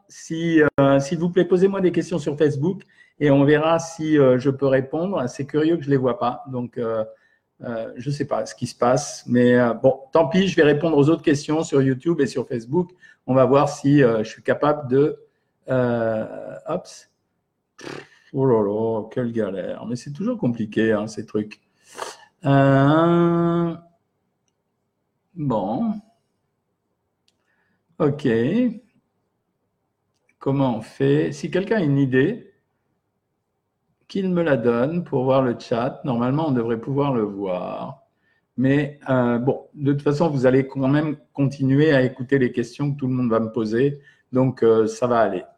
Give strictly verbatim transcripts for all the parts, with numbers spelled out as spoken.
si, euh, s'il vous plaît, posez-moi des questions sur Facebook et on verra si euh, je peux répondre. C'est curieux que je ne les vois pas, donc euh, euh, je ne sais pas ce qui se passe. Mais euh, bon, tant pis, je vais répondre aux autres questions sur YouTube et sur Facebook. On va voir si euh, je suis capable de… Euh, hop. Oh là là, quelle galère. Mais c'est toujours compliqué, hein, ces trucs. Euh, bon. OK. Comment on fait? Si quelqu'un a une idée, qu'il me la donne pour voir le chat. Normalement, on devrait pouvoir le voir. Mais euh, bon, de toute façon, vous allez quand même continuer à écouter les questions que tout le monde va me poser. Donc, euh, ça va aller.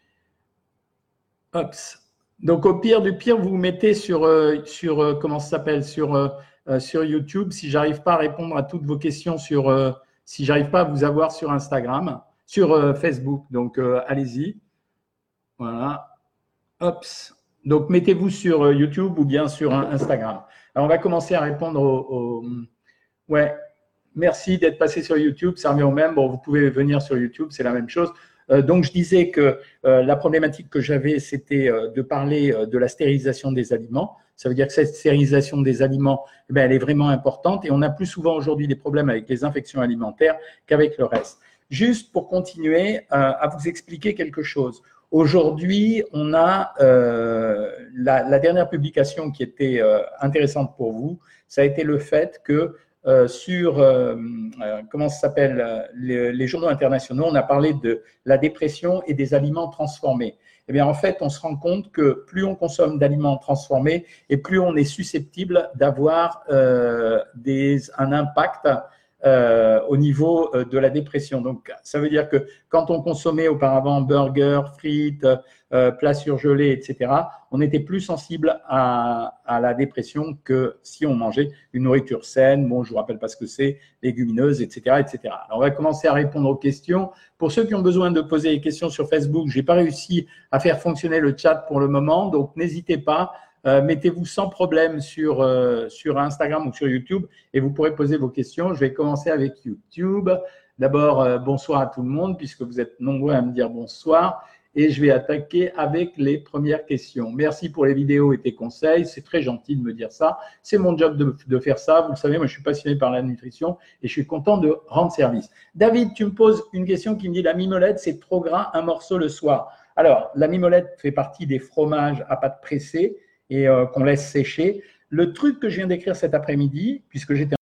Hop. Donc, au pire du pire, vous vous mettez sur, euh, sur euh, comment ça s'appelle, sur, euh, euh, sur YouTube. Si j'arrive pas à répondre à toutes vos questions sur, euh, si j'arrive pas à vous avoir sur Instagram, sur euh, Facebook. Donc, euh, allez-y. Voilà. Hop. Donc, mettez-vous sur euh, YouTube ou bien sur Instagram. Alors, on va commencer à répondre aux… aux... Ouais, merci d'être passé sur YouTube, ça revient au même. Bon, vous pouvez venir sur YouTube, c'est la même chose. Euh, donc, je disais que euh, la problématique que j'avais, c'était euh, de parler euh, de la stérilisation des aliments. Ça veut dire que cette stérilisation des aliments, eh bien, elle est vraiment importante et on a plus souvent aujourd'hui des problèmes avec les infections alimentaires qu'avec le reste. Juste pour continuer euh, à vous expliquer quelque chose. Aujourd'hui, on a euh, la, la dernière publication qui était euh, intéressante pour vous, ça a été le fait que euh, sur, euh, euh, comment ça s'appelle, les, les journaux internationaux, on a parlé de la dépression et des aliments transformés. Eh bien, en fait, on se rend compte que plus on consomme d'aliments transformés et plus on est susceptible d'avoir euh, des, un impact Euh, au niveau euh, de la dépression. Donc, ça veut dire que quand on consommait auparavant burgers, frites, euh, plats surgelés, et cetera, on était plus sensible à, à la dépression que si on mangeait une nourriture saine. Bon, je vous rappelle pas ce que c'est, légumineuse, et cetera, et cetera. Alors, on va commencer à répondre aux questions. Pour ceux qui ont besoin de poser des questions sur Facebook, j'ai pas réussi à faire fonctionner le chat pour le moment, donc n'hésitez pas. Euh, mettez-vous sans problème sur, euh, sur Instagram ou sur YouTube et vous pourrez poser vos questions. Je vais commencer avec YouTube. D'abord, euh, bonsoir à tout le monde puisque vous êtes nombreux à me dire bonsoir et je vais attaquer avec les premières questions. Merci pour les vidéos et tes conseils. C'est très gentil de me dire ça. C'est mon job de, de faire ça. Vous le savez, moi, je suis passionné par la nutrition et je suis content de rendre service. David, tu me poses une question qui me dit la mimolette, c'est trop gras, un morceau le soir. Alors, la mimolette fait partie des fromages à pâte pressée et euh, qu'on laisse sécher. Le truc que je viens d'écrire cet après-midi, puisque j'étais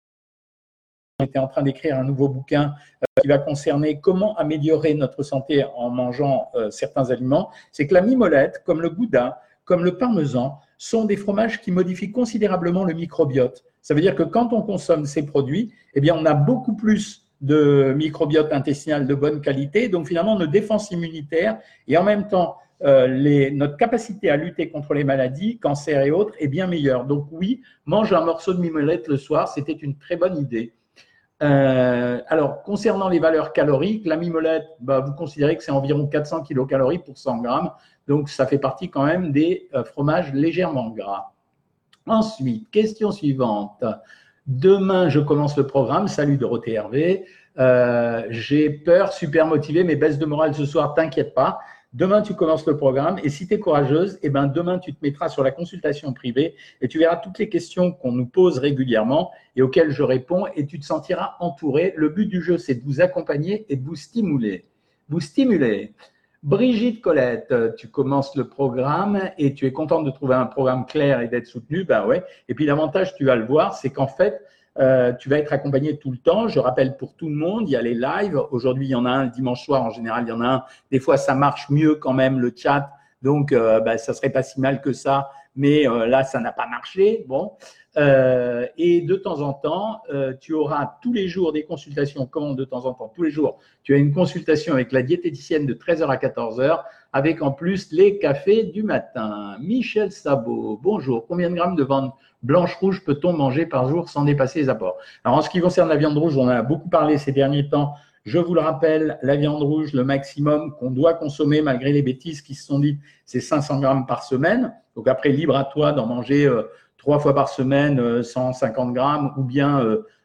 en train d'écrire un nouveau bouquin euh, qui va concerner comment améliorer notre santé en mangeant euh, certains aliments, c'est que la mimolette, comme le gouda, comme le parmesan, sont des fromages qui modifient considérablement le microbiote. Ça veut dire que quand on consomme ces produits, eh bien, on a beaucoup plus de microbiote intestinal de bonne qualité, donc finalement nos défenses immunitaires et en même temps Euh, les, notre capacité à lutter contre les maladies, cancers et autres, est bien meilleure. Donc oui, mange un morceau de mimolette le soir, c'était une très bonne idée. Euh, alors, concernant les valeurs caloriques, la mimolette, bah, vous considérez que c'est environ quatre cents kilocalories pour cent grammes, donc ça fait partie quand même des euh, fromages légèrement gras. Ensuite, question suivante. Demain, je commence le programme. Salut Dorothée Hervé. Euh, j'ai peur, super motivé, mais baisse de morale ce soir, t'inquiète pas. Demain, tu commences le programme et si tu es courageuse, eh ben, demain, tu te mettras sur la consultation privée et tu verras toutes les questions qu'on nous pose régulièrement et auxquelles je réponds et tu te sentiras entouré. Le but du jeu, c'est de vous accompagner et de vous stimuler. Vous stimuler. Brigitte Colette, tu commences le programme et tu es contente de trouver un programme clair et d'être soutenue. Ben ouais. Et puis l'avantage, tu vas le voir, c'est qu'en fait, Euh, tu vas être accompagné tout le temps. Je rappelle pour tout le monde, il y a les lives. Aujourd'hui, il y en a un le dimanche soir. En général, il y en a un. Des fois, ça marche mieux quand même, le chat. Donc, euh, bah, ça serait pas si mal que ça. Mais euh, là, ça n'a pas marché. Bon. Euh, et de temps en temps, euh, tu auras tous les jours des consultations. Comment de temps en temps? Tous les jours. Tu as une consultation avec la diététicienne de treize heures à quatorze heures, avec en plus les cafés du matin. Michel Sabot, bonjour. Combien de grammes de viande blanche-rouge peut-on manger par jour sans dépasser les apports? Alors, en ce qui concerne la viande rouge, on en a beaucoup parlé ces derniers temps. Je vous le rappelle, la viande rouge, le maximum qu'on doit consommer, malgré les bêtises qui se sont dites, c'est cinq cents grammes par semaine. Donc après, libre à toi d'en manger euh, trois fois par semaine, euh, cent cinquante grammes, ou bien euh,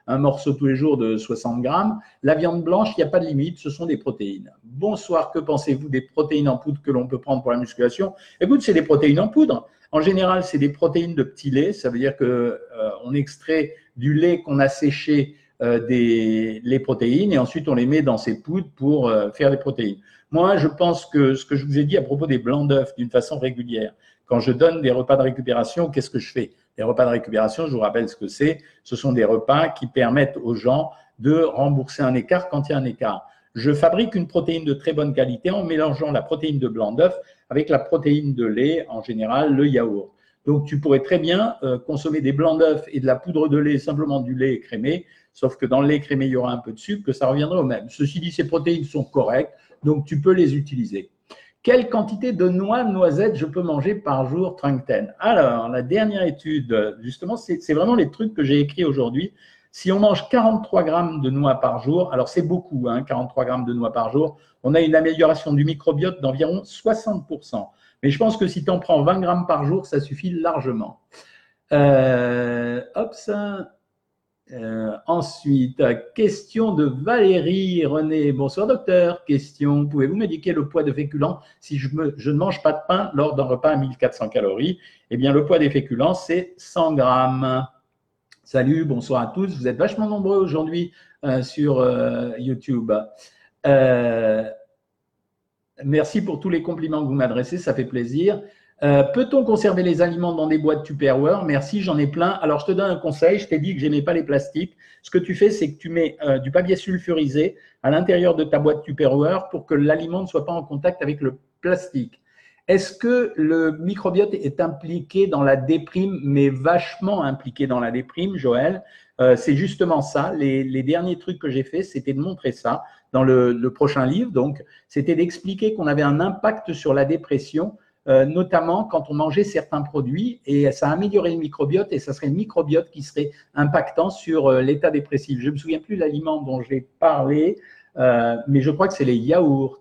un morceau tous les jours de soixante grammes. La viande blanche, il n'y a pas de limite, ce sont des protéines. Bonsoir, que pensez-vous des protéines en poudre que l'on peut prendre pour la musculation? Écoute, c'est des protéines en poudre. En général, c'est des protéines de petit lait. Ça veut dire qu'on euh, extrait du lait qu'on a séché euh, des, les protéines et ensuite on les met dans ces poudres pour euh, faire des protéines. Moi, je pense que ce que je vous ai dit à propos des blancs d'œufs d'une façon régulière, quand je donne des repas de récupération, qu'est-ce que je fais? Les repas de récupération, je vous rappelle ce que c'est. Ce sont des repas qui permettent aux gens de rembourser un écart quand il y a un écart. Je fabrique une protéine de très bonne qualité en mélangeant la protéine de blanc d'œuf avec la protéine de lait, en général le yaourt. Donc, tu pourrais très bien euh, consommer des blancs d'œuf et de la poudre de lait, simplement du lait écrémé, sauf que dans le lait écrémé, il y aura un peu de sucre, que ça reviendrait au même. Ceci dit, ces protéines sont correctes, donc tu peux les utiliser. Quelle quantité de noix, noisettes je peux manger par jour, Trunkten? Alors, la dernière étude, justement, c'est vraiment les trucs que j'ai écrits aujourd'hui. Si on mange quarante-trois grammes de noix par jour, alors c'est beaucoup, hein, quarante-trois grammes de noix par jour, on a une amélioration du microbiote d'environ soixante pour cent. Mais je pense que si tu en prends vingt grammes par jour, ça suffit largement. Euh, hop, ça. Euh, ensuite, question de Valérie René. Bonsoir docteur. Question, pouvez-vous m'indiquer le poids de féculents si je, me, je ne mange pas de pain lors d'un repas à mille quatre cents calories? Eh bien, le poids des féculents, c'est cent grammes. Salut, bonsoir à tous. Vous êtes vachement nombreux aujourd'hui euh, sur euh, YouTube. Euh, merci pour tous les compliments que vous m'adressez, ça fait plaisir. Euh, Peut-on conserver les aliments dans des boîtes Tupperware? Merci, j'en ai plein. Alors, je te donne un conseil. Je t'ai dit que je n'aimais pas les plastiques. Ce que tu fais, c'est que tu mets euh, du papier sulfurisé à l'intérieur de ta boîte Tupperware pour que l'aliment ne soit pas en contact avec le plastique. Est-ce que le microbiote est impliqué dans la déprime, mais vachement impliqué dans la déprime, Joël? euh, C'est justement ça. Les, les derniers trucs que j'ai fait, c'était de montrer ça dans le, le prochain livre. Donc, c'était d'expliquer qu'on avait un impact sur la dépression, Euh, notamment quand on mangeait certains produits, et ça a amélioré le microbiote, et ça serait le microbiote qui serait impactant sur euh, l'état dépressif. Je ne me souviens plus l'aliment dont j'ai parlé, euh, mais je crois que c'est les yaourts.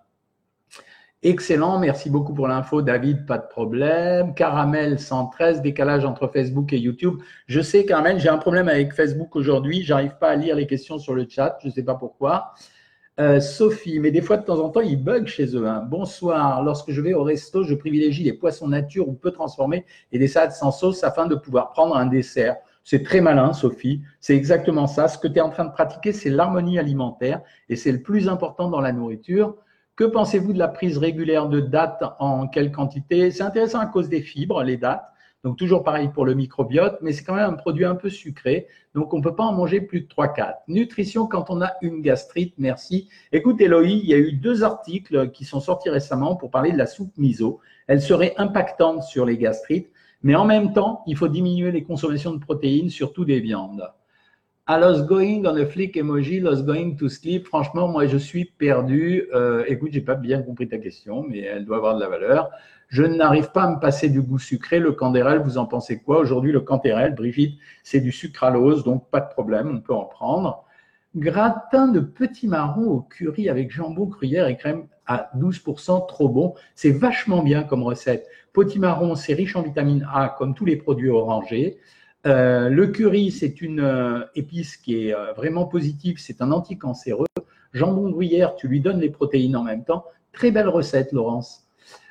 Excellent, merci beaucoup pour l'info, David, pas de problème. Caramel cent treize, décalage entre Facebook et YouTube. Je sais, Caramel, j'ai un problème avec Facebook aujourd'hui, j'arrive pas à lire les questions sur le chat, je ne sais pas pourquoi. Euh, Sophie, mais des fois de temps en temps, ils bug chez eux. Hein. Bonsoir, lorsque je vais au resto, je privilégie les poissons nature ou peu transformés et des salades sans sauce afin de pouvoir prendre un dessert. C'est très malin, Sophie, c'est exactement ça. Ce que tu es en train de pratiquer, c'est l'harmonie alimentaire et c'est le plus important dans la nourriture. Que pensez-vous de la prise régulière de dattes, en quelle quantité? C'est intéressant à cause des fibres, les dattes. Donc, toujours pareil pour le microbiote, mais c'est quand même un produit un peu sucré. Donc, on ne peut pas en manger plus de trois quatre. Nutrition quand on a une gastrite, merci. Écoute, Eloï, il y a eu deux articles qui sont sortis récemment pour parler de la soupe miso. Elle serait impactante sur les gastrites, mais en même temps, il faut diminuer les consommations de protéines, surtout des viandes. I was going on a flick emoji, lost going to sleep. Franchement, moi, je suis perdu. Euh, écoute, j'ai pas bien compris ta question, mais elle doit avoir de la valeur. Je n'arrive pas à me passer du goût sucré. Le candérel, vous en pensez quoi? Aujourd'hui, le candérel, Brigitte, c'est du sucralose, donc pas de problème, on peut en prendre. Gratin de petits marrons au curry avec jambon, gruyère et crème à douze pour cent, trop bon. C'est vachement bien comme recette. Potimarron, c'est riche en vitamine A, comme tous les produits orangés. Euh, le curry, c'est une euh, épice qui est euh, vraiment positive, c'est un anticancéreux. Jambon gruyère, tu lui donnes les protéines en même temps. Très belle recette, Laurence.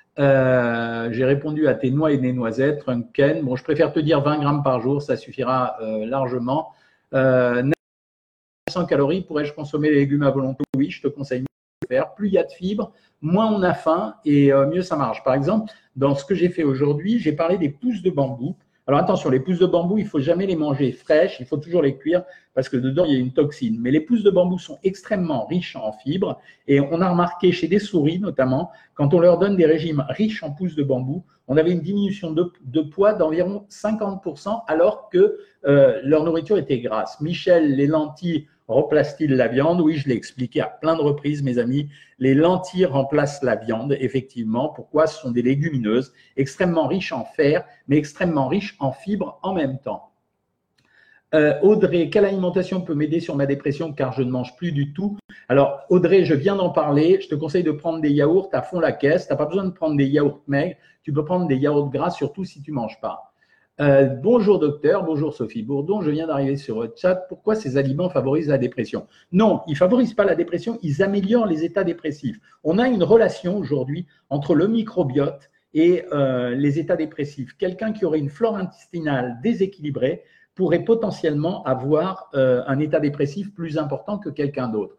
Euh, j'ai répondu à tes noix et des noisettes, Trunken. Bon, je préfère te dire vingt grammes par jour, ça suffira euh, largement. Euh, neuf cents calories, pourrais-je consommer les légumes à volonté? Oui, je te conseille de le faire. Plus il y a de fibres, moins on a faim et euh, mieux ça marche. Par exemple, dans ce que j'ai fait aujourd'hui, j'ai parlé des pousses de bambou. Alors attention, les pousses de bambou, il ne faut jamais les manger fraîches, il faut toujours les cuire parce que dedans, il y a une toxine. Mais les pousses de bambou sont extrêmement riches en fibres et on a remarqué chez des souris notamment, quand on leur donne des régimes riches en pousses de bambou, on avait une diminution de, de poids d'environ cinquante pour cent alors que euh, leur nourriture était grasse. Michel, les lentilles remplacent-ils la viande? Oui, je l'ai expliqué à plein de reprises, mes amis. Les lentilles remplacent la viande, effectivement. Pourquoi? Ce sont des légumineuses extrêmement riches en fer, mais extrêmement riches en fibres en même temps. Euh, Audrey, quelle alimentation peut m'aider sur ma dépression car je ne mange plus du tout? Alors, Audrey, je viens d'en parler. Je te conseille de prendre des yaourts à fond la caisse. Tu n'as pas besoin de prendre des yaourts maigres. Tu peux prendre des yaourts gras, surtout si tu ne manges pas. Euh, bonjour docteur, bonjour Sophie Bourdon, je viens d'arriver sur le chat. Pourquoi ces aliments favorisent la dépression? Non, ils ne favorisent pas la dépression, ils améliorent les états dépressifs. On a une relation aujourd'hui entre le microbiote et euh, les états dépressifs. Quelqu'un qui aurait une flore intestinale déséquilibrée pourrait potentiellement avoir euh, un état dépressif plus important que quelqu'un d'autre.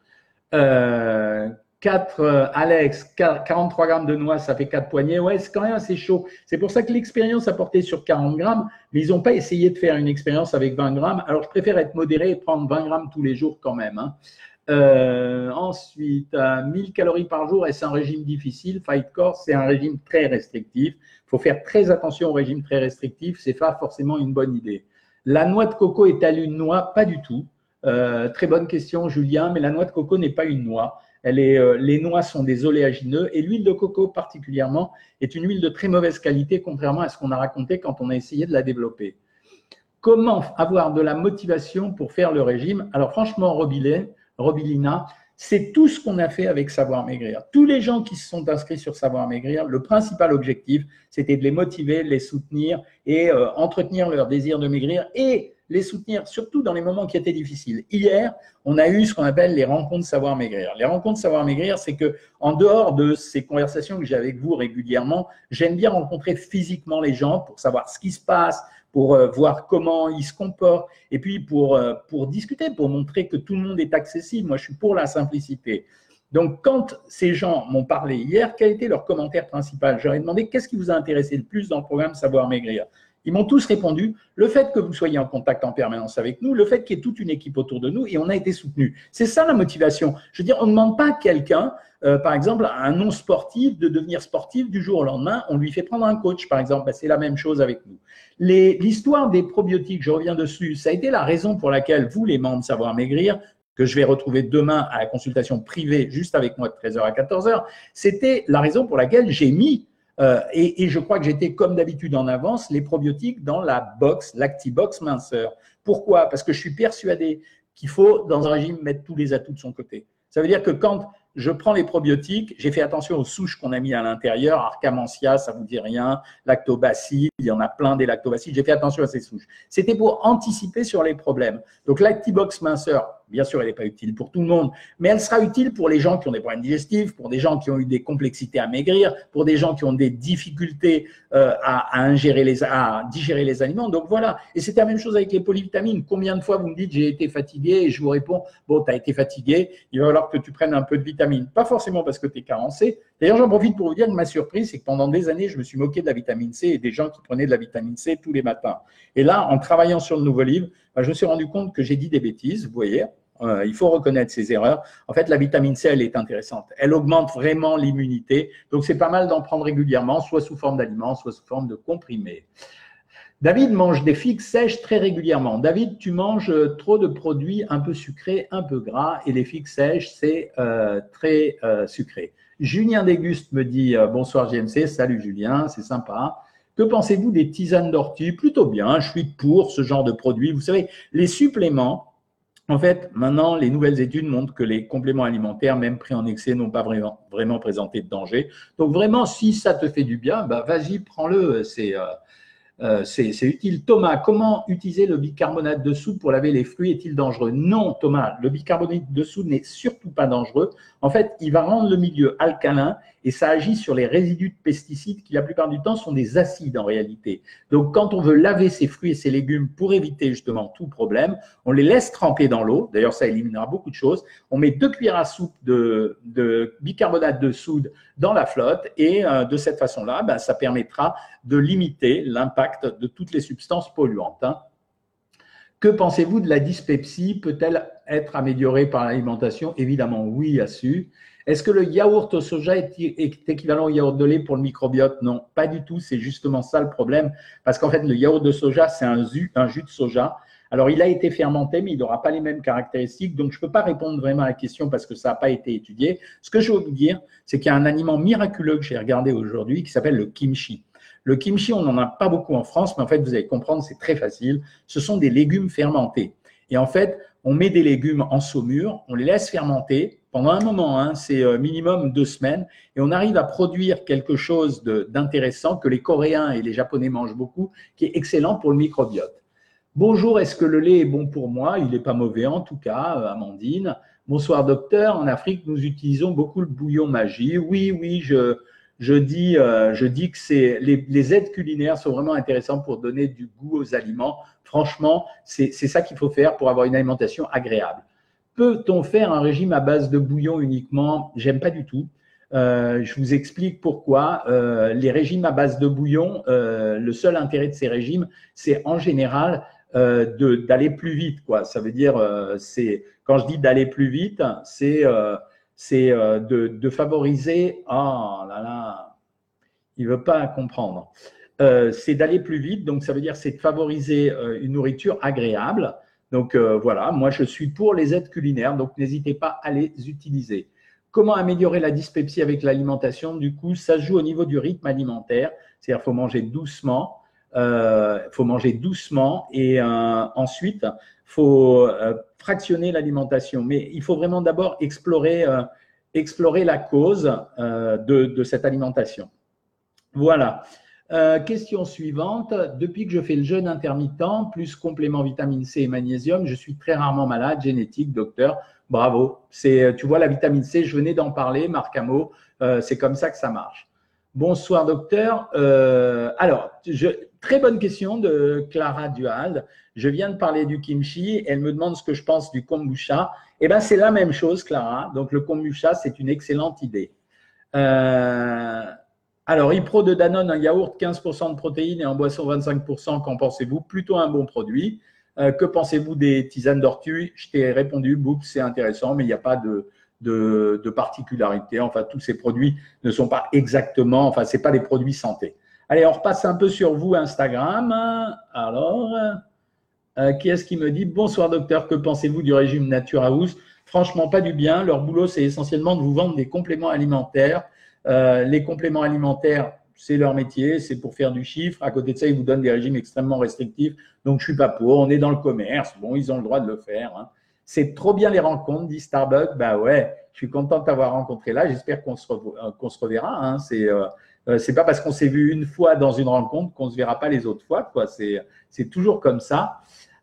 Euh, quatre, euh, Alex, quarante-trois grammes de noix, ça fait quatre poignées. Ouais, c'est quand même assez chaud. C'est pour ça que l'expérience a porté sur quarante grammes, mais ils n'ont pas essayé de faire une expérience avec vingt grammes. Alors, je préfère être modéré et prendre vingt grammes tous les jours quand même. Hein. Euh, ensuite, euh, mille calories par jour, est-ce un régime difficile? Fight Course, c'est un régime très restrictif. Il faut faire très attention au régime très restrictif. Ce n'est pas forcément une bonne idée. La noix de coco est-elle une noix? Pas du tout. Euh, très bonne question, Julien, mais la noix de coco n'est pas une noix. Elle est, euh, les noix sont des oléagineux et l'huile de coco particulièrement est une huile de très mauvaise qualité, contrairement à ce qu'on a raconté quand on a essayé de la développer. Comment avoir de la motivation pour faire le régime? Alors franchement, Robilina, c'est tout ce qu'on a fait avec Savoir Maigrir. Tous les gens qui se sont inscrits sur Savoir Maigrir, le principal objectif, c'était de les motiver, de les soutenir et euh, entretenir leur désir de maigrir et les soutenir, surtout dans les moments qui étaient difficiles. Hier, on a eu ce qu'on appelle les rencontres Savoir Maigrir. Les rencontres Savoir Maigrir, c'est que en dehors de ces conversations que j'ai avec vous régulièrement, j'aime bien rencontrer physiquement les gens pour savoir ce qui se passe, pour euh, voir comment ils se comportent et puis pour, euh, pour discuter, pour montrer que tout le monde est accessible. Moi, je suis pour la simplicité. Donc, quand ces gens m'ont parlé hier, quel était leur commentaire principal? Je leur ai demandé qu'est-ce qui vous a intéressé le plus dans le programme Savoir Maigrir. Ils m'ont tous répondu, le fait que vous soyez en contact en permanence avec nous, le fait qu'il y ait toute une équipe autour de nous et on a été soutenus. C'est ça la motivation. Je veux dire, on ne demande pas à quelqu'un, euh, par exemple, à un non-sportif de devenir sportif du jour au lendemain, on lui fait prendre un coach, par exemple. Ben, c'est la même chose avec nous. L'histoire des probiotiques, je reviens dessus, ça a été la raison pour laquelle vous, les membres Savoir Maigrir, que je vais retrouver demain à la consultation privée juste avec moi de treize heures à quatorze heures, c'était la raison pour laquelle j'ai mis Euh, et, et je crois que j'étais comme d'habitude en avance, les probiotiques dans la box, l'ActiBox minceur. Pourquoi? Parce que je suis persuadé qu'il faut, dans un régime, mettre tous les atouts de son côté. Ça veut dire que quand je prends les probiotiques, j'ai fait attention aux souches qu'on a mis à l'intérieur, Arcamantia, ça vous dit rien, lactobacilles, il y en a plein des lactobacilles, j'ai fait attention à ces souches. C'était pour anticiper sur les problèmes. Donc l'ActiBox minceur, bien sûr, elle n'est pas utile pour tout le monde, mais elle sera utile pour les gens qui ont des problèmes digestifs, pour des gens qui ont eu des complexités à maigrir, pour des gens qui ont des difficultés euh, à, à, ingérer les, à digérer les aliments. Donc voilà, et c'est la même chose avec les polyvitamines. Combien de fois vous me dites j'ai été fatigué et je vous réponds bon, tu as été fatigué, il va falloir que tu prennes un peu de vitamines. Pas forcément parce que tu es carencé. D'ailleurs, j'en profite pour vous dire que ma surprise, c'est que pendant des années, je me suis moqué de la vitamine C et des gens qui prenaient de la vitamine C tous les matins. Et là, en travaillant sur le nouveau livre, ben, je me suis rendu compte que j'ai dit des bêtises, vous voyez. Euh, il faut reconnaître ses erreurs. En fait, la vitamine C, elle est intéressante. Elle augmente vraiment l'immunité. Donc, c'est pas mal d'en prendre régulièrement, soit sous forme d'aliments, soit sous forme de comprimés. David mange des figues sèches très régulièrement. David, tu manges trop de produits un peu sucrés, un peu gras, et les figues sèches, c'est euh, très euh, sucré. Julien Déguste me dit euh, « Bonsoir G M C », salut Julien, c'est sympa. Que pensez-vous des tisanes d'ortie? Plutôt bien, je suis pour ce genre de produits. Vous savez, les suppléments, en fait, maintenant, les nouvelles études montrent que les compléments alimentaires, même pris en excès, n'ont pas vraiment, vraiment présenté de danger. Donc vraiment, si ça te fait du bien, bah, vas-y, prends-le, c'est… Euh, Euh, c'est utile. Thomas, comment utiliser le bicarbonate de soude pour laver les fruits? Est-il dangereux? Non, Thomas, le bicarbonate de soude n'est surtout pas dangereux. En fait, il va rendre le milieu alcalin et ça agit sur les résidus de pesticides qui, la plupart du temps, sont des acides en réalité. Donc, quand on veut laver ses fruits et ses légumes pour éviter justement tout problème, on les laisse tremper dans l'eau. D'ailleurs, ça éliminera beaucoup de choses. On met deux cuillères à soupe de, de bicarbonate de soude dans la flotte et euh, de cette façon-là, ben, ça permettra de limiter l'impact de toutes les substances polluantes. Hein. Que pensez-vous de la dyspepsie? Peut-elle être améliorée par l'alimentation? Évidemment, oui, Assu. Est-ce que le yaourt au soja est, est équivalent au yaourt de lait pour le microbiote? Non, pas du tout. C'est justement ça le problème. Parce qu'en fait, le yaourt de soja, c'est un jus, un jus de soja. Alors, il a été fermenté, mais il n'aura pas les mêmes caractéristiques. Donc, je ne peux pas répondre vraiment à la question parce que ça n'a pas été étudié. Ce que je veux vous dire, c'est qu'il y a un aliment miraculeux que j'ai regardé aujourd'hui qui s'appelle le kimchi. Le kimchi, on n'en a pas beaucoup en France, mais en fait, vous allez comprendre, c'est très facile. Ce sont des légumes fermentés. Et en fait, on met des légumes en saumure, on les laisse fermenter pendant un moment, hein, c'est minimum deux semaines, et on arrive à produire quelque chose d'intéressant que les Coréens et les Japonais mangent beaucoup, qui est excellent pour le microbiote. Bonjour, est-ce que le lait est bon pour moi? Il n'est pas mauvais en tout cas, Amandine. Bonsoir docteur, en Afrique, nous utilisons beaucoup le bouillon magie. Oui, oui, je, je, dis, euh, je dis que les, les aides culinaires sont vraiment intéressantes pour donner du goût aux aliments. Franchement, c'est ça qu'il faut faire pour avoir une alimentation agréable. Peut-on faire un régime à base de bouillon uniquement? J'aime pas du tout. Euh, je vous explique pourquoi. Euh, les régimes à base de bouillon, euh, le seul intérêt de ces régimes, c'est en général euh, d'aller plus vite, quoi. Ça veut dire, euh, c'est quand je dis d'aller plus vite, c'est euh, c'est euh, de, de favoriser. Oh là là, il veut pas comprendre. Euh, c'est d'aller plus vite, donc ça veut dire c'est de favoriser euh, une nourriture agréable. Donc euh, voilà, moi je suis pour les aides culinaires, donc n'hésitez pas à les utiliser. Comment améliorer la dyspepsie avec l'alimentation? Du coup, ça se joue au niveau du rythme alimentaire, c'est-à-dire qu'il faut manger doucement, il euh, faut manger doucement et euh, ensuite, il faut euh, fractionner l'alimentation. Mais il faut vraiment d'abord explorer, euh, explorer la cause euh, de, de cette alimentation. Voilà. Euh, question suivante. Depuis que je fais le jeûne intermittent, plus complément vitamine C et magnésium, je suis très rarement malade. Génétique, docteur. Bravo. C'est, tu vois, la vitamine C, je venais d'en parler, Marc Hameau. Euh, c'est comme ça que ça marche. Bonsoir, docteur. Euh, alors, je, très bonne question de Clara Duhald. Je viens de parler du kimchi. Elle me demande ce que je pense du kombucha. Eh bien, c'est la même chose, Clara. Donc, le kombucha, c'est une excellente idée. Euh, Alors, Ipro de Danone, un yaourt, quinze pour cent de protéines et en boisson vingt-cinq pour cent, qu'en pensez-vous? Plutôt un bon produit. Euh, que pensez-vous des tisanes d'ortie? Je t'ai répondu, Boop, c'est intéressant, mais il n'y a pas de, de, de particularité. Enfin, tous ces produits ne sont pas exactement, enfin, ce n'est pas des produits santé. Allez, on repasse un peu sur vous, Instagram. Alors, euh, qui est-ce qui me dit? Bonsoir, docteur, que pensez-vous du régime Nature House? Franchement, pas du bien. Leur boulot, c'est essentiellement de vous vendre des compléments alimentaires. Euh, les compléments alimentaires, c'est leur métier, c'est pour faire du chiffre. À côté de ça, ils vous donnent des régimes extrêmement restrictifs. Donc, je ne suis pas pour. On est dans le commerce. Bon, ils ont le droit de le faire. Hein. C'est trop bien les rencontres, dit Starbucks. Bah ouais, je suis content de t'avoir rencontré là. J'espère qu'on se, qu'on se reverra. Hein. C'est euh, c'est pas parce qu'on s'est vu une fois dans une rencontre qu'on ne se verra pas les autres fois. C'est toujours comme ça.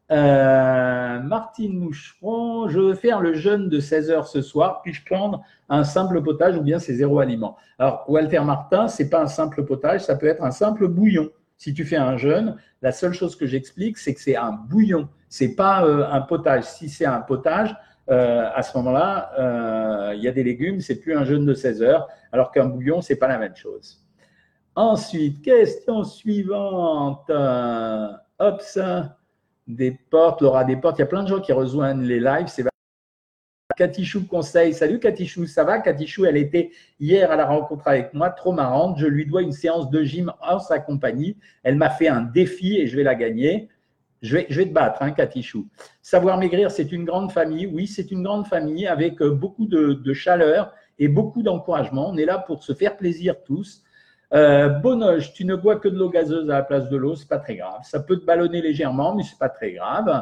Euh, Martine Moucheron, je veux faire le jeûne de seize heures ce soir. Puis-je prendre un simple potage ou bien c'est zéro aliment? Alors, Walter Martin, ce n'est pas un simple potage, ça peut être un simple bouillon. Si tu fais un jeûne, la seule chose que j'explique, c'est que c'est un bouillon. Ce n'est pas euh, un potage. Si c'est un potage, euh, à ce moment-là, euh, il y a des légumes, c'est plus un jeûne de seize heures, alors qu'un bouillon, ce n'est pas la même chose. Ensuite, question suivante. Euh, hop, ça. Des portes, Laura Desportes, il y a plein de gens qui rejoignent les lives. C'est Katichou conseil. Salut Katichou, ça va? Katichou, elle était hier à la rencontre avec moi, trop marrante. Je lui dois une séance de gym en sa compagnie. Elle m'a fait un défi et je vais la gagner. Je vais, je vais te battre, hein, Katichou. Savoir maigrir, c'est une grande famille. Oui, c'est une grande famille avec beaucoup de, de chaleur et beaucoup d'encouragement. On est là pour se faire plaisir tous. Euh, Bonoche, tu ne bois que de l'eau gazeuse à la place de l'eau, c'est pas très grave. Ça peut te ballonner légèrement, mais c'est pas très grave.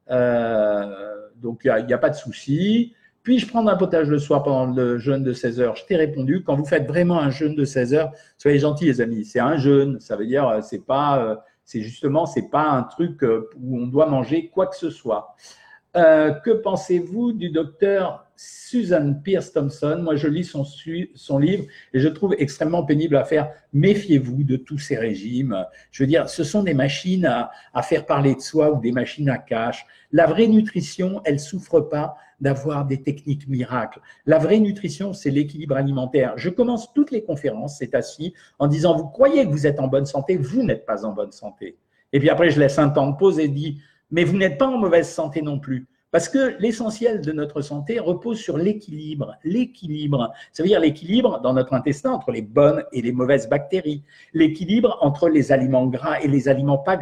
Euh, donc, il n'y a, a pas de souci. Puis-je prendre un potage le soir pendant le jeûne de seize heures? Je t'ai répondu, quand vous faites vraiment un jeûne de seize heures, soyez gentils les amis, c'est un jeûne. Ça veut dire, c'est pas, c'est justement, c'est pas un truc où on doit manger quoi que ce soit. Euh, que pensez-vous du docteur Susan Pierce Thompson? Moi, je lis son, son livre et je trouve extrêmement pénible à faire. Méfiez-vous de tous ces régimes. Je veux dire, ce sont des machines à, à faire parler de soi ou des machines à cash. La vraie nutrition, elle ne souffre pas d'avoir des techniques miracles. La vraie nutrition, c'est l'équilibre alimentaire. Je commence toutes les conférences, c'est assis, en disant, vous croyez que vous êtes en bonne santé, vous n'êtes pas en bonne santé. Et puis après, je laisse un temps de pause et dis, mais vous n'êtes pas en mauvaise santé non plus. Parce que l'essentiel de notre santé repose sur l'équilibre. L'équilibre, ça veut dire l'équilibre dans notre intestin entre les bonnes et les mauvaises bactéries. L'équilibre entre les aliments gras et les aliments pas gras.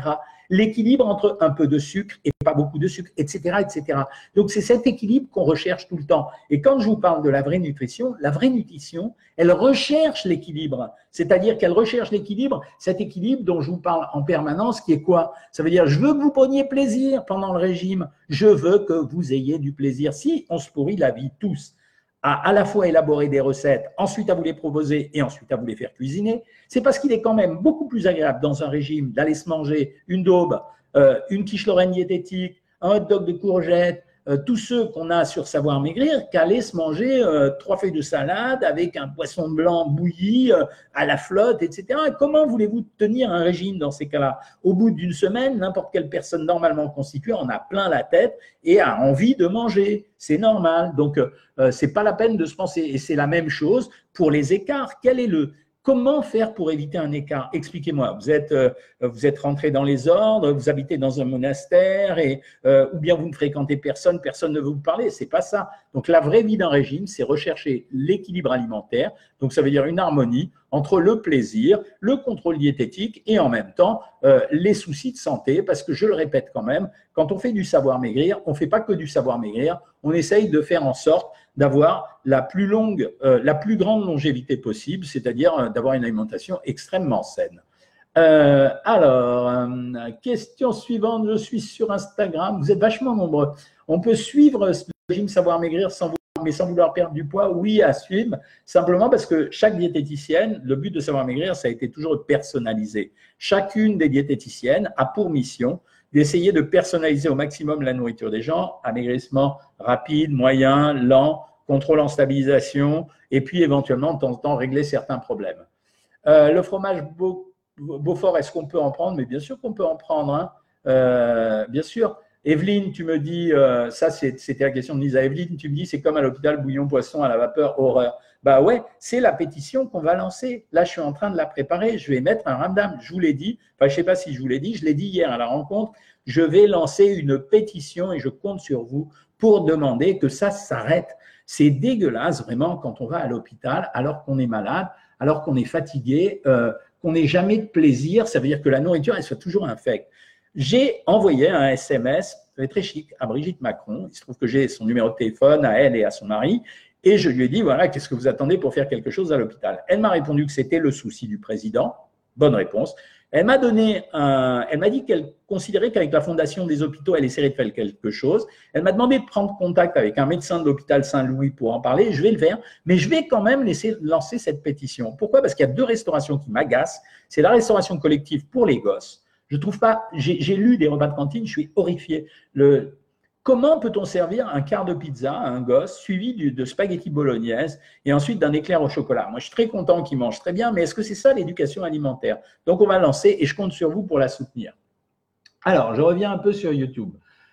l'équilibre entre un peu de sucre et pas beaucoup de sucre, et cetera, et cetera. Donc, c'est cet équilibre qu'on recherche tout le temps. Et quand je vous parle de la vraie nutrition, la vraie nutrition, elle recherche l'équilibre. C'est-à-dire qu'elle recherche l'équilibre, cet équilibre dont je vous parle en permanence, qui est quoi? Ça veut dire, je veux que vous preniez plaisir pendant le régime. Je veux que vous ayez du plaisir. Si on se pourrit la vie tous, à à la fois élaborer des recettes, ensuite à vous les proposer et ensuite à vous les faire cuisiner, c'est parce qu'il est quand même beaucoup plus agréable dans un régime d'aller se manger une daube, euh, une quiche lorraine diététique, un hot dog de courgettes, euh, tous ceux qu'on a sur Savoir Maigrir, qu'aller se manger euh, trois feuilles de salade avec un poisson blanc bouilli euh, à la flotte, et cetera. Et comment voulez-vous tenir un régime dans ces cas-là? Au bout d'une semaine, n'importe quelle personne normalement constituée en a plein la tête et a envie de manger. C'est normal. Donc, euh, c'est pas la peine de se penser. Et c'est la même chose pour les écarts. Quel est le Comment faire pour éviter un écart? Expliquez-moi. Vous êtes, euh, vous êtes rentré dans les ordres, vous habitez dans un monastère, et, euh, ou bien vous ne fréquentez personne, personne ne veut vous parler. C'est pas ça. Donc, la vraie vie d'un régime, c'est rechercher l'équilibre alimentaire. Donc, ça veut dire une harmonie entre le plaisir, le contrôle diététique et en même temps euh, les soucis de santé. Parce que je le répète quand même, quand on fait du savoir maigrir, on ne fait pas que du savoir maigrir, on essaye de faire en sorte d'avoir la plus longue, euh, la plus grande longévité possible, c'est-à-dire euh, d'avoir une alimentation extrêmement saine. Euh, alors, euh, question suivante, je suis sur Instagram, vous êtes vachement nombreux. On peut suivre le régime savoir maigrir sans vouloir, mais sans vouloir perdre du poids? Oui, à suivre, simplement parce que chaque diététicienne, le but de savoir maigrir, ça a été toujours de personnaliser. Chacune des diététiciennes a pour mission d'essayer de personnaliser au maximum la nourriture des gens, amaigrissement rapide, moyen, lent, contrôle en stabilisation, et puis éventuellement, de temps en temps, régler certains problèmes. Euh, le fromage Beau, Beaufort, est-ce qu'on peut en prendre? Mais bien sûr qu'on peut en prendre, hein. euh, bien sûr. Evelyne, tu me dis, euh, ça c'était la question de Lisa. Evelyne, tu me dis, c'est comme à l'hôpital, bouillon poisson à la vapeur, horreur. Bah ouais, c'est la pétition qu'on va lancer. Là, je suis en train de la préparer. Je vais mettre un ramdam. Je vous l'ai dit. Enfin, je ne sais pas si je vous l'ai dit. Je l'ai dit hier à la rencontre. Je vais lancer une pétition et je compte sur vous pour demander que ça s'arrête. C'est dégueulasse vraiment quand on va à l'hôpital alors qu'on est malade, alors qu'on est fatigué, euh, qu'on n'ait jamais de plaisir. Ça veut dire que la nourriture, elle soit toujours infecte. J'ai envoyé un S M S, c'est très chic, à Brigitte Macron. Il se trouve que j'ai son numéro de téléphone à elle et à son mari. Et je lui ai dit, voilà, qu'est-ce que vous attendez pour faire quelque chose à l'hôpital? Elle m'a répondu que c'était le souci du président. Bonne réponse. Elle m'a donné un, elle m'a dit qu'elle considérait qu'avec la Fondation des hôpitaux, elle essaierait de faire quelque chose. Elle m'a demandé de prendre contact avec un médecin de l'hôpital Saint-Louis pour en parler. Je vais le faire, mais je vais quand même laisser lancer cette pétition. Pourquoi? Parce qu'il y a deux restaurations qui m'agacent. C'est la restauration collective pour les gosses. Je trouve pas, j'ai lu des repas de cantine, je suis horrifié. Le, Comment peut-on servir un quart de pizza à un gosse suivi de, de spaghetti bolognaise et ensuite d'un éclair au chocolat? Moi, je suis très content qu'il mange très bien, mais est-ce que c'est ça l'éducation alimentaire? Donc, on va lancer et je compte sur vous pour la soutenir. Alors, je reviens un peu sur YouTube.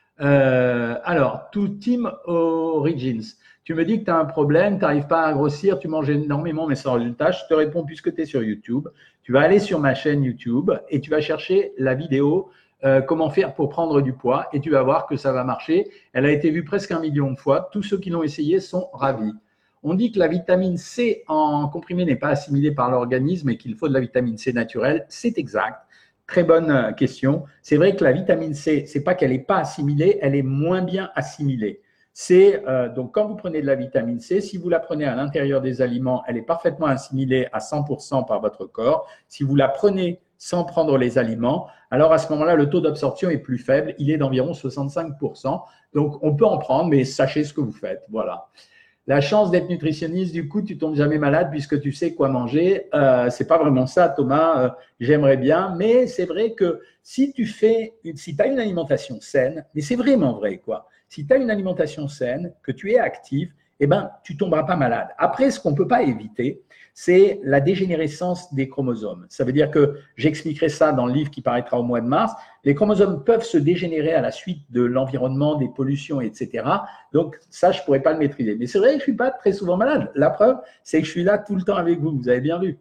Euh, alors, To Team Origins, tu me dis que tu as un problème, tu n'arrives pas à grossir, tu manges énormément mais sans résultat. Je te réponds puisque tu es sur YouTube. Tu vas aller sur ma chaîne YouTube et tu vas chercher la vidéo Euh, comment faire pour prendre du poids et tu vas voir que ça va marcher. Elle a été vue presque un million de fois. Tous ceux qui l'ont essayé sont ravis. On dit que la vitamine C en comprimé n'est pas assimilée par l'organisme et qu'il faut de la vitamine C naturelle. C'est exact. Très bonne question. C'est vrai que la vitamine C, c'est pas qu'elle n'est pas assimilée, elle est moins bien assimilée. C'est euh, donc quand vous prenez de la vitamine C, si vous la prenez à l'intérieur des aliments, elle est parfaitement assimilée à cent pour cent par votre corps. Si vous la prenez sans prendre les aliments, alors à ce moment-là, le taux d'absorption est plus faible, il est d'environ soixante-cinq pour cent. Donc, on peut en prendre, mais sachez ce que vous faites. Voilà. La chance d'être nutritionniste, du coup, tu tombes jamais malade puisque tu sais quoi manger. Euh, c'est pas vraiment ça, Thomas. Euh, J'aimerais bien, mais c'est vrai que si tu fais, si tu as une alimentation saine, mais c'est vraiment vrai, quoi. Si tu as une alimentation saine, que tu es actif, eh ben, tu tomberas pas malade. Après, ce qu'on peut pas éviter, c'est la dégénérescence des chromosomes. Ça veut dire que, j'expliquerai ça dans le livre qui paraîtra au mois de mars, les chromosomes peuvent se dégénérer à la suite de l'environnement, des pollutions, et cetera. Donc ça, je ne pourrais pas le maîtriser. Mais c'est vrai que je ne suis pas très souvent malade. La preuve, c'est que je suis là tout le temps avec vous, vous avez bien vu.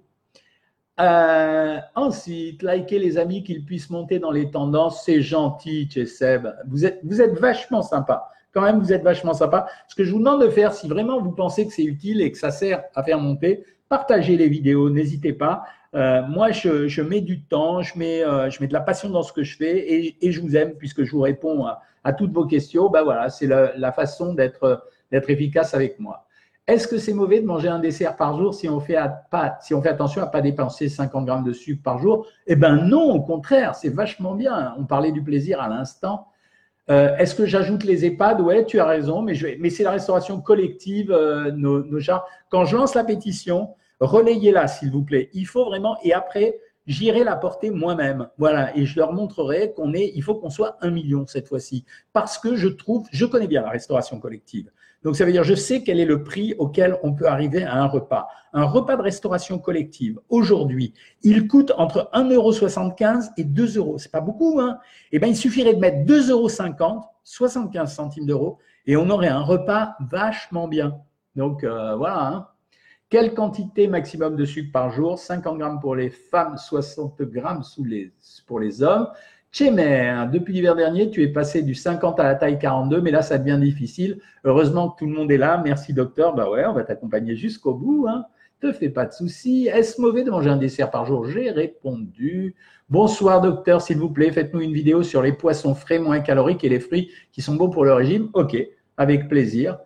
Euh, ensuite, likez les amis qu'ils puissent monter dans les tendances, c'est gentil, chez Seb. Vous êtes, vous êtes vachement sympa. Quand même, vous êtes vachement sympa. Ce que je vous demande de faire, si vraiment vous pensez que c'est utile et que ça sert à faire monter, partagez les vidéos, n'hésitez pas. Euh, moi, je, je mets du temps, je mets, euh, je mets de la passion dans ce que je fais et, et je vous aime puisque je vous réponds à, à toutes vos questions. Ben voilà, c'est la, la façon d'être d'être efficace avec moi. Est-ce que c'est mauvais de manger un dessert par jour si on fait, à pas, si on fait attention à ne pas dépenser cinquante grammes de sucre par jour? Eh bien non, au contraire, c'est vachement bien. On parlait du plaisir à l'instant. Euh, Est-ce que j'ajoute les EHPAD? Ouais, tu as raison, mais, je vais, mais c'est la restauration collective, euh, nos, nos chars. Quand je lance la pétition, relayez-la, s'il vous plaît. Il faut vraiment, et après, j'irai la porter moi-même. Voilà, et je leur montrerai qu'on est, il faut qu'on soit un million cette fois-ci. Parce que je trouve, je connais bien la restauration collective. Donc, ça veut dire, je sais quel est le prix auquel on peut arriver à un repas. Un repas de restauration collective, aujourd'hui, il coûte entre un euro soixante-quinze et deux euros. C'est pas beaucoup, hein? Eh bien, il suffirait de mettre deux euros cinquante, soixante-quinze centimes d'euros, et on aurait un repas vachement bien. Donc, euh, voilà, hein. Quelle quantité maximum de sucre par jour? cinquante grammes pour les femmes, soixante grammes sous les, pour les hommes. Tchémer, depuis l'hiver dernier, tu es passé du cinquante à la taille quarante-deux, mais là, ça devient difficile. Heureusement que tout le monde est là. Merci, docteur. Bah ouais, on va t'accompagner jusqu'au bout, hein. Te fais pas de soucis. Est-ce mauvais de manger un dessert par jour? J'ai répondu. Bonsoir, docteur, s'il vous plaît, faites-nous une vidéo sur les poissons frais moins caloriques et les fruits qui sont bons pour le régime. Ok, avec plaisir.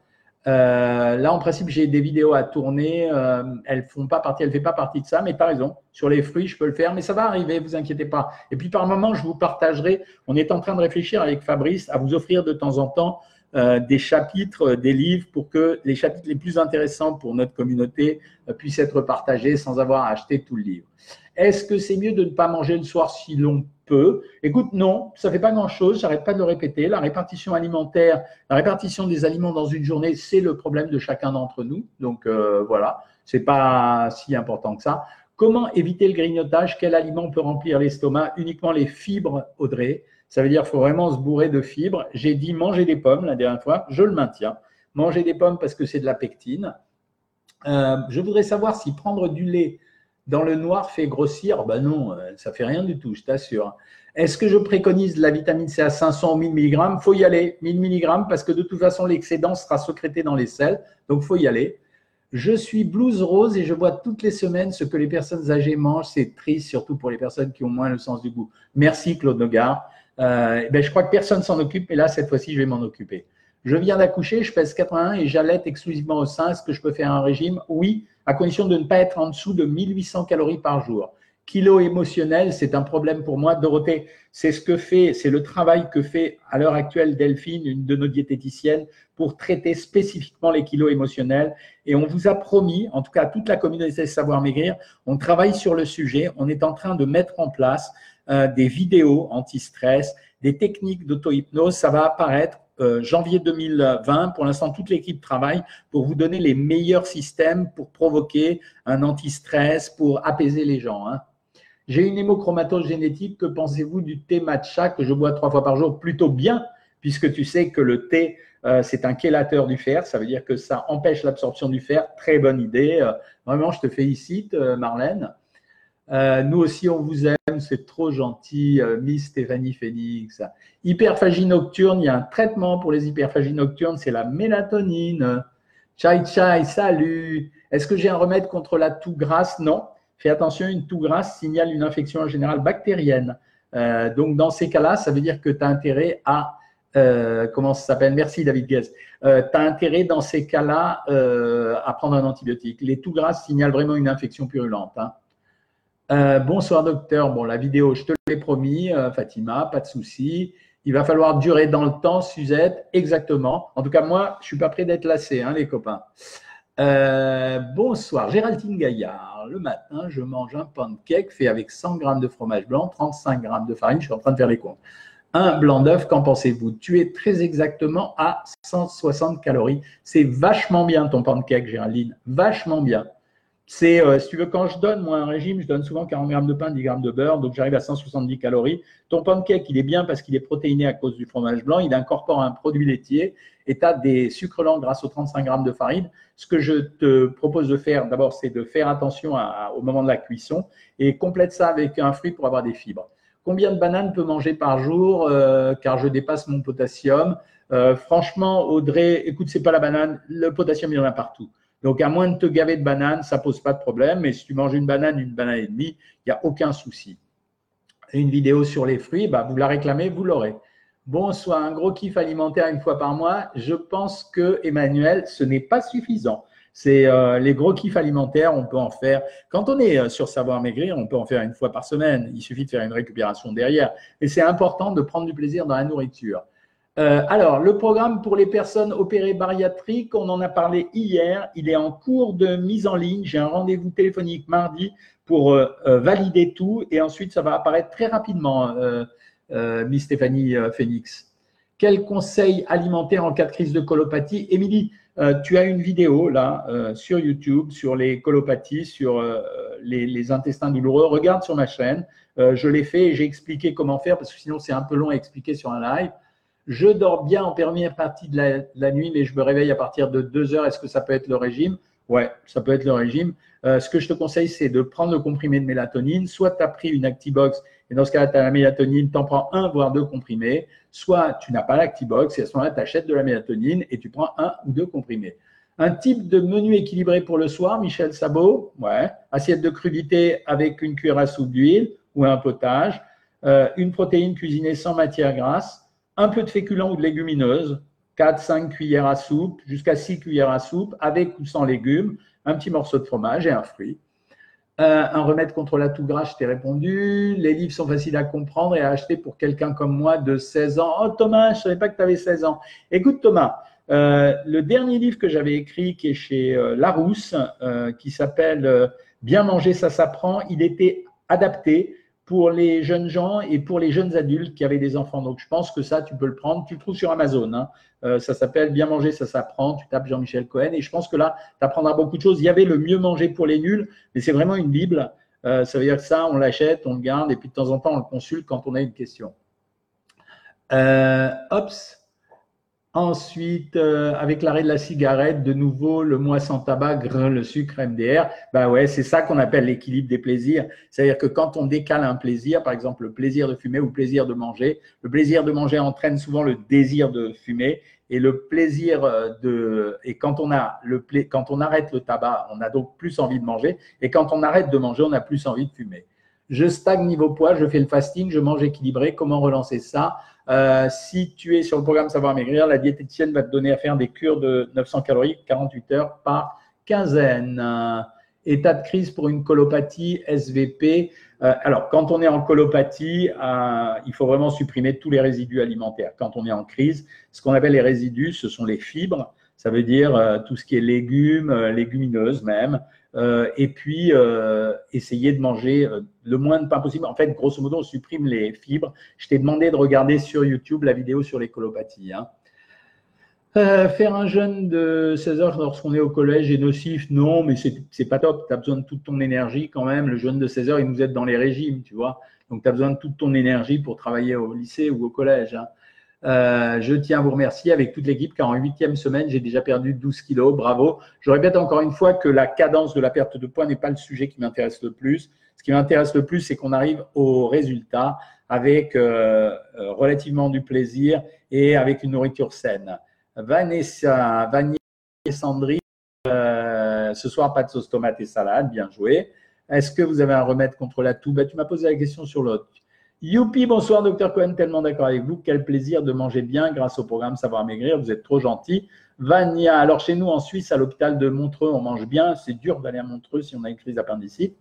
Euh, là, en principe, j'ai des vidéos à tourner. Euh, elles font pas partie, elles ne font pas partie de ça, mais tu as raison. Sur les fruits, je peux le faire, mais ça va arriver, vous inquiétez pas. Et puis, par moment, je vous partagerai. On est en train de réfléchir avec Fabrice à vous offrir de temps en temps euh, des chapitres, des livres pour que les chapitres les plus intéressants pour notre communauté euh, puissent être partagés sans avoir à acheter tout le livre. Est-ce que c'est mieux de ne pas manger le soir si l'on peut? Écoute, non, ça ne fait pas grand-chose, j'arrête pas de le répéter. La répartition alimentaire, la répartition des aliments dans une journée, c'est le problème de chacun d'entre nous. Donc euh, voilà, ce n'est pas si important que ça. Comment éviter le grignotage? Quel aliment peut remplir l'estomac? Uniquement les fibres, Audrey. Ça veut dire qu'il faut vraiment se bourrer de fibres. J'ai dit manger des pommes la dernière fois, je le maintiens. Manger des pommes parce que c'est de la pectine. Euh, je voudrais savoir si prendre du lait dans le noir fait grossir. Ben non, ça ne fait rien du tout, je t'assure. Est-ce que je préconise la vitamine C à cinq cents ou mille milligrammes? Il faut y aller, mille milligrammes, parce que de toute façon, l'excédent sera sécrété dans les selles. Donc, il faut y aller. Je suis blouse rose et je vois toutes les semaines ce que les personnes âgées mangent. C'est triste, surtout pour les personnes qui ont moins le sens du goût. Merci, Claude Nogard. Euh, ben, je crois que personne s'en occupe, mais là, cette fois-ci, je vais m'en occuper. Je viens d'accoucher, je pèse quatre-vingt-un et j'allaite exclusivement au sein. Est-ce que je peux faire un régime? Oui, à condition de ne pas être en dessous de mille huit cents calories par jour. Kilo émotionnel, c'est un problème pour moi. Dorothée, c'est ce que fait, c'est le travail que fait à l'heure actuelle Delphine, une de nos diététiciennes, pour traiter spécifiquement les kilos émotionnels. Et on vous a promis, en tout cas toute la communauté Savoir Maigrir, on travaille sur le sujet. On est en train de mettre en place euh, des vidéos anti-stress, des techniques d'auto-hypnose. Ça va apparaître Euh, janvier deux mille vingt. Pour l'instant, toute l'équipe travaille pour vous donner les meilleurs systèmes pour provoquer un anti-stress, pour apaiser les gens, hein. J'ai une hémochromatose génétique. Que pensez-vous du thé matcha que je bois trois fois par jour? Plutôt bien, puisque tu sais que le thé, euh, c'est un chélateur du fer. Ça veut dire que ça empêche l'absorption du fer. Très bonne idée. Euh, vraiment, je te félicite, euh, Marlène. Euh, nous aussi, on vous aime, c'est trop gentil, euh, Miss Stéphanie Phoenix. Hyperphagie nocturne, il y a un traitement pour les hyperphagies nocturnes, c'est la mélatonine. Chai Chai, salut. Est-ce que j'ai un remède contre la toux grasse? Non. Fais attention, une toux grasse signale une infection en général bactérienne. Euh, donc, dans ces cas-là, ça veut dire que tu as intérêt à… Euh, comment ça s'appelle? Merci, David Guez. Euh, tu as intérêt, dans ces cas-là, euh, à prendre un antibiotique. Les toux grasses signalent vraiment une infection purulente, hein. Euh, bonsoir docteur, bon la vidéo je te l'ai promis, euh, Fatima, pas de souci. Il va falloir durer dans le temps, Suzette, exactement. En tout cas moi je suis pas prêt d'être lassé, hein, les copains. Euh, bonsoir, Géraldine Gaillard. Le matin je mange un pancake fait avec cent grammes de fromage blanc, trente-cinq grammes de farine, je suis en train de faire les comptes. Un blanc d'œuf, qu'en pensez-vous? Tu es très exactement à cent soixante calories. C'est vachement bien ton pancake, Géraldine, vachement bien. C'est, euh, si tu veux, quand je donne moi un régime, je donne souvent quarante grammes de pain, dix grammes de beurre, donc j'arrive à cent soixante-dix calories. Ton pancake, il est bien parce qu'il est protéiné à cause du fromage blanc, il incorpore un produit laitier et tu as des sucres lents grâce aux trente-cinq grammes de farine. Ce que je te propose de faire, d'abord, c'est de faire attention à, au moment de la cuisson et complète ça avec un fruit pour avoir des fibres. Combien de bananes peut manger par jour euh, car je dépasse mon potassium? euh, Franchement, Audrey, écoute, c'est pas la banane, le potassium, il y en a partout. Donc, à moins de te gaver de bananes, ça ne pose pas de problème. Mais si tu manges une banane, une banane et demie, il n'y a aucun souci. Une vidéo sur les fruits, bah, vous la réclamez, vous l'aurez. Bon, soit un gros kiff alimentaire une fois par mois. Je pense que, Emmanuel, ce n'est pas suffisant. C'est euh, les gros kiffs alimentaires, on peut en faire. Quand on est sur Savoir Maigrir, on peut en faire une fois par semaine. Il suffit de faire une récupération derrière. Et c'est important de prendre du plaisir dans la nourriture. Euh, alors, le programme pour les personnes opérées bariatriques, on en a parlé hier. Il est en cours de mise en ligne. J'ai un rendez-vous téléphonique mardi pour euh, euh, valider tout. Et ensuite, ça va apparaître très rapidement, euh, euh, Miss Stéphanie euh, Phoenix. Quel conseil alimentaire en cas de crise de colopathie? Émilie, euh, tu as une vidéo là euh, sur YouTube sur les colopathies, sur euh, les, les intestins douloureux. Regarde sur ma chaîne. Euh, je l'ai fait et j'ai expliqué comment faire parce que sinon, c'est un peu long à expliquer sur un live. Je dors bien en première partie de la, de la nuit, mais je me réveille à partir de deux heures. Est-ce que ça peut être le régime? Ouais, ça peut être le régime. Euh, ce que je te conseille, c'est de prendre le comprimé de mélatonine. Soit tu as pris une Actibox, et dans ce cas-là, tu as la mélatonine, tu en prends un, voire deux comprimés. Soit tu n'as pas l'Actibox, et à ce moment-là, tu achètes de la mélatonine et tu prends un ou deux comprimés. Un type de menu équilibré pour le soir, Michel Sabot. Ouais. Assiette de crudité avec une cuillère à soupe d'huile ou un potage. Euh, une protéine cuisinée sans matière grasse. Un peu de féculents ou de légumineuses, quatre cinq cuillères à soupe, jusqu'à six cuillères à soupe, avec ou sans légumes, un petit morceau de fromage et un fruit. Euh, un remède contre la toux grasse, je t'ai répondu. Les livres sont faciles à comprendre et à acheter pour quelqu'un comme moi de seize ans. Oh Thomas, je ne savais pas que tu avais seize ans. Écoute Thomas, euh, le dernier livre que j'avais écrit, qui est chez euh, Larousse, euh, qui s'appelle euh, « Bien manger, ça s'apprend », il était adapté pour les jeunes gens et pour les jeunes adultes qui avaient des enfants. Donc, je pense que ça, tu peux le prendre. Tu le trouves sur Amazon. Hein. Euh, ça s'appelle « Bien manger, ça s'apprend ». Tu tapes Jean-Michel Cohen. Et je pense que là, tu apprendras beaucoup de choses. Il y avait le « Mieux manger pour les nuls », mais c'est vraiment une Bible. Euh, ça veut dire que ça, on l'achète, on le garde et puis de temps en temps, on le consulte quand on a une question. Euh, Ops. Ensuite, euh, avec l'arrêt de la cigarette, de nouveau, le mois sans tabac, grrr, le sucre, M D R, bah ouais, c'est ça qu'on appelle l'équilibre des plaisirs. C'est-à-dire que quand on décale un plaisir, par exemple le plaisir de fumer ou le plaisir de manger, le plaisir de manger entraîne souvent le désir de fumer et le plaisir de… Et quand on, a le pla… quand on arrête le tabac, on a donc plus envie de manger et quand on arrête de manger, on a plus envie de fumer. Je stagne niveau poids, je fais le fasting, je mange équilibré. Comment relancer ça? Euh, si tu es sur le programme Savoir Maigrir, la diététicienne va te donner à faire des cures de neuf cents calories, quarante-huit heures par quinzaine. Euh, état de crise pour une colopathie, S V P. Euh, alors, quand on est en colopathie, euh, il faut vraiment supprimer tous les résidus alimentaires. Quand on est en crise, ce qu'on appelle les résidus, ce sont les fibres. Ça veut dire euh, tout ce qui est légumes, euh, légumineuses même. Euh, et puis, euh, essayer de manger euh, le moins de pain possible. En fait, grosso modo, on supprime les fibres. Je t'ai demandé de regarder sur YouTube la vidéo sur les colopathies. Hein. Euh, faire un jeûne de seize heures lorsqu'on est au collège est nocif? Non, mais c'est pas top. Tu as besoin de toute ton énergie quand même. Le jeûne de seize heures, il nous aide dans les régimes, tu vois. Donc, tu as besoin de toute ton énergie pour travailler au lycée ou au collège. Hein. Euh, je tiens à vous remercier avec toute l'équipe car en huitième semaine, j'ai déjà perdu douze kilos. Bravo. Je répète encore une fois que la cadence de la perte de poids n'est pas le sujet qui m'intéresse le plus. Ce qui m'intéresse le plus, c'est qu'on arrive au résultat avec euh, relativement du plaisir et avec une nourriture saine. Vanessa, Vanessa et Sandrine, euh, ce soir, pas de sauce tomate et salade. Bien joué. Est-ce que vous avez un remède contre la toux? Bah, tu m'as posé la question sur l'autre. Youpi, bonsoir docteur Cohen, tellement d'accord avec vous. Quel plaisir de manger bien grâce au programme Savoir Maigrir, vous êtes trop gentil. Vania, alors chez nous en Suisse, à l'hôpital de Montreux, on mange bien. C'est dur d'aller à Montreux si on a une crise d'appendicite.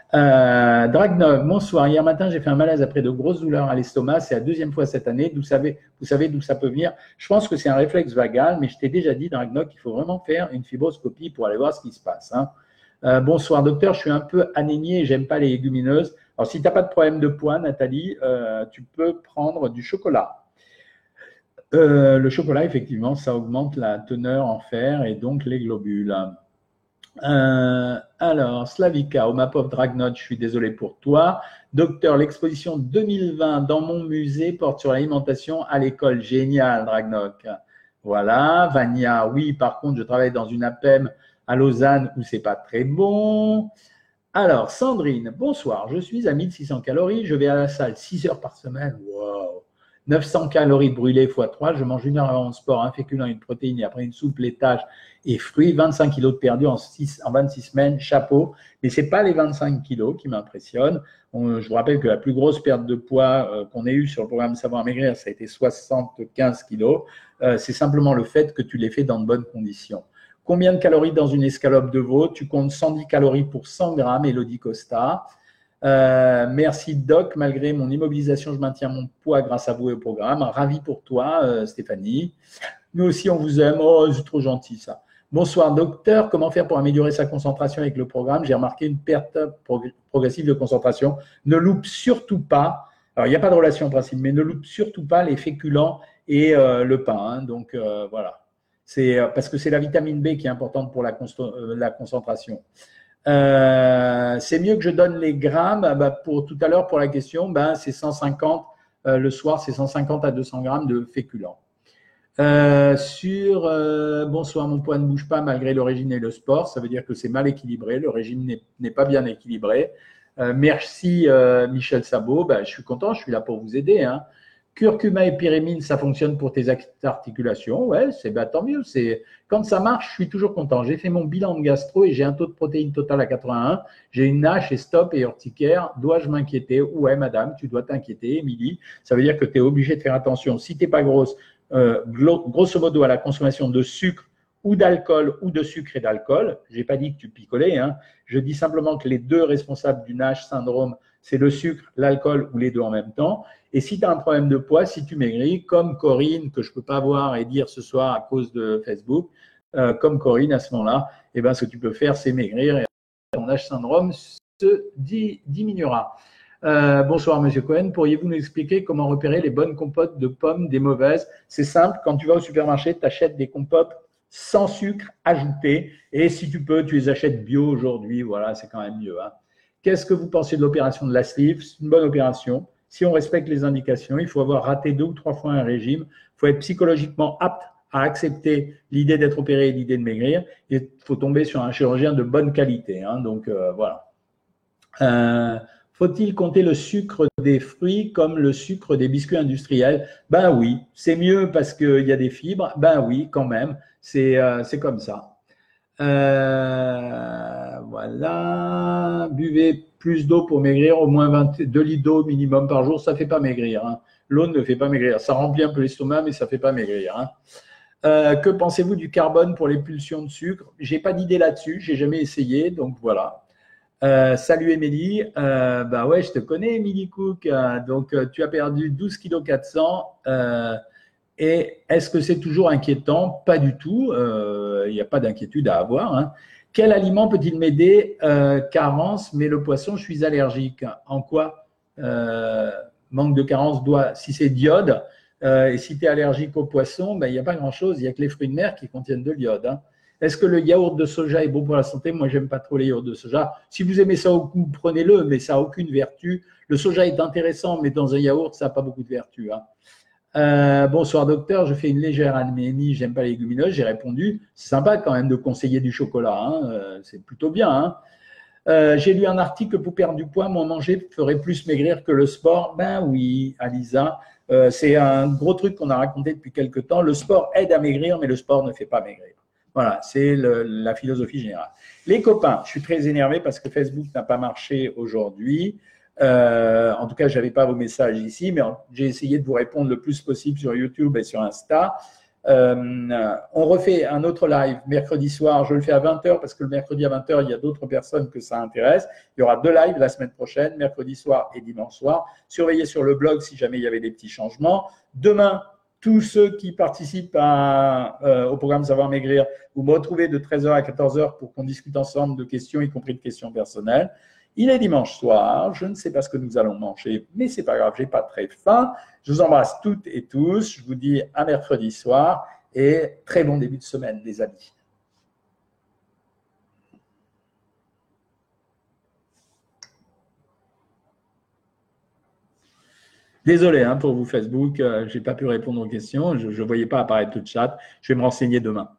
Euh, Dragnog, bonsoir. Hier matin, j'ai fait un malaise après de grosses douleurs à l'estomac. C'est la deuxième fois cette année. Vous savez, vous savez d'où ça peut venir? Je pense que c'est un réflexe vagal, mais je t'ai déjà dit, Dragnog, qu'il faut vraiment faire une fibroscopie pour aller voir ce qui se passe. Hein. Euh, bonsoir docteur, je suis un peu anémié et j'aime pas les légumineuses. Alors, si tu n'as pas de problème de poids, Nathalie, euh, tu peux prendre du chocolat. Euh, le chocolat, effectivement, ça augmente la teneur en fer et donc les globules. Euh, alors, Slavika, oh ma pauvre Dragnot, je suis désolé pour toi. Docteur, l'exposition deux mille vingt dans mon musée porte sur l'alimentation à l'école. Génial, Dragnot. Voilà. Vania, oui, par contre, je travaille dans une A P E M à Lausanne où c'est pas très bon. Alors, Sandrine, bonsoir, je suis à mille six cents calories, je vais à la salle six heures par semaine. Wow. neuf cents calories brûlées fois trois. Je mange une heure avant le sport, un féculent, une protéine et après une soupe, laitage et fruits. vingt-cinq kilos de perdu en, six, en vingt-six semaines, chapeau. Mais ce n'est pas les vingt-cinq kilos qui m'impressionnent. On, je vous rappelle que la plus grosse perte de poids euh, qu'on ait eue sur le programme Savoir Maigrir, ça a été soixante-quinze kilos. Euh, c'est simplement le fait que tu l'aies fait dans de bonnes conditions. Combien de calories dans une escalope de veau? Tu comptes cent dix calories pour cent grammes, Elodie Costa. Euh, merci Doc, malgré mon immobilisation, je maintiens mon poids grâce à vous et au programme. Ravi pour toi, euh, Stéphanie. Nous aussi, on vous aime. Oh, c'est trop gentil ça. Bonsoir docteur, comment faire pour améliorer sa concentration avec le programme? J'ai remarqué une perte prog progressive de concentration. Ne loupe surtout pas, alors il n'y a pas de relation en principe, mais ne loupe surtout pas les féculents et euh, le pain. Hein, donc euh, voilà, c'est parce que c'est la vitamine B qui est importante pour la, euh, la concentration. Euh, c'est mieux que je donne les grammes. Bah, pour tout à l'heure, pour la question, bah, c'est cent cinquante, euh, le soir, c'est cent cinquante à deux cents grammes de féculents. Euh, sur euh, bonsoir, mon poids ne bouge pas malgré le régime et le sport, ça veut dire que c'est mal équilibré, le régime n'est pas bien équilibré. Euh, merci euh, Michel Sabot, bah, je suis content, je suis là pour vous aider. Hein. Curcuma et pyrémine, ça fonctionne pour tes articulations, ouais, c'est bah, tant mieux. Quand ça marche, je suis toujours content. J'ai fait mon bilan de gastro et j'ai un taux de protéines total à quatre-vingt-un. J'ai une H et stop et urticaire. Dois-je m'inquiéter? Ouais, madame, tu dois t'inquiéter, Émilie. Ça veut dire que tu es obligé de faire attention. Si tu n'es pas grosse, Euh, grosso modo à la consommation de sucre ou d'alcool ou de sucre et d'alcool. Je n'ai pas dit que tu picolais, hein. Je dis simplement que les deux responsables du Nash syndrome, c'est le sucre, l'alcool ou les deux en même temps. Et si tu as un problème de poids, si tu maigris, comme Corinne, que je ne peux pas voir et dire ce soir à cause de Facebook, euh, comme Corinne à ce moment-là, eh ben, ce que tu peux faire, c'est maigrir et ton Nash syndrome se diminuera. Euh, bonsoir, Monsieur Cohen. Pourriez-vous nous expliquer comment repérer les bonnes compotes de pommes des mauvaises? C'est simple, quand tu vas au supermarché, tu achètes des compotes sans sucre ajouté et si tu peux, tu les achètes bio aujourd'hui. Voilà, c'est quand même mieux. Hein. Qu'est-ce que vous pensez de l'opération de la sleeve? C'est une bonne opération. Si on respecte les indications, il faut avoir raté deux ou trois fois un régime. Il faut être psychologiquement apte à accepter l'idée d'être opéré et l'idée de maigrir. Il faut tomber sur un chirurgien de bonne qualité. Hein. Donc, euh, voilà. Euh, Faut-il compter le sucre des fruits comme le sucre des biscuits industriels? Ben oui, c'est mieux parce qu'il y a des fibres. Ben oui, quand même, c'est euh, comme ça. Euh, voilà. Buvez plus d'eau pour maigrir, au moins vingt-deux litres d'eau minimum par jour. Ça ne fait pas maigrir. Hein. L'eau ne fait pas maigrir. Ça remplit un peu l'estomac, mais ça ne fait pas maigrir. Hein. Euh, que pensez-vous du carbone pour les pulsions de sucre? Je n'ai pas d'idée là-dessus. Je n'ai jamais essayé. Donc voilà. Euh, salut Émilie, euh, bah ouais, je te connais Émilie Cook, euh, donc euh, tu as perdu douze virgule quatre cents euh, et est-ce que c'est toujours inquiétant? Pas du tout, il euh, n'y a pas d'inquiétude à avoir. Hein. Quel aliment peut-il m'aider? euh, Carence, mais le poisson, je suis allergique. En quoi? euh, Manque de carence doit, si c'est d'iode, euh, et si tu es allergique au poisson, il ben, n'y a pas grand-chose, il n'y a que les fruits de mer qui contiennent de l'iode. Hein. Est-ce que le yaourt de soja est bon pour la santé? Moi, j'aime pas trop les yaourts de soja. Si vous aimez ça au goût, prenez-le, mais ça n'a aucune vertu. Le soja est intéressant, mais dans un yaourt, ça n'a pas beaucoup de vertu. Hein. Euh, bonsoir docteur, je fais une légère anémie, j'aime pas les légumineuses. J'ai répondu, c'est sympa quand même de conseiller du chocolat, hein. euh, c'est plutôt bien. Hein. Euh, J'ai lu un article que pour perdre du poids, moins manger ferait plus maigrir que le sport. Ben oui, Alisa, euh, c'est un gros truc qu'on a raconté depuis quelques temps. Le sport aide à maigrir, mais le sport ne fait pas maigrir. Voilà, c'est la philosophie générale. Les copains, je suis très énervé parce que Facebook n'a pas marché aujourd'hui. Euh, en tout cas, je n'avais pas vos messages ici, mais j'ai essayé de vous répondre le plus possible sur YouTube et sur Insta. Euh, on refait un autre live mercredi soir. Je le fais à vingt heures parce que le mercredi à vingt heures, il y a d'autres personnes que ça intéresse. Il y aura deux lives la semaine prochaine, mercredi soir et dimanche soir. Surveillez sur le blog si jamais il y avait des petits changements. Demain, tous ceux qui participent à, euh, au programme Savoir Maigrir, vous me retrouvez de treize heures à quatorze heures pour qu'on discute ensemble de questions, y compris de questions personnelles. Il est dimanche soir, je ne sais pas ce que nous allons manger, mais ce n'est pas grave, je n'ai pas très faim. Je vous embrasse toutes et tous, je vous dis à mercredi soir et très bon début de semaine, les amis. Désolé hein, pour vous Facebook, euh, je n'ai pas pu répondre aux questions, je ne voyais pas apparaître le chat, je vais me renseigner demain.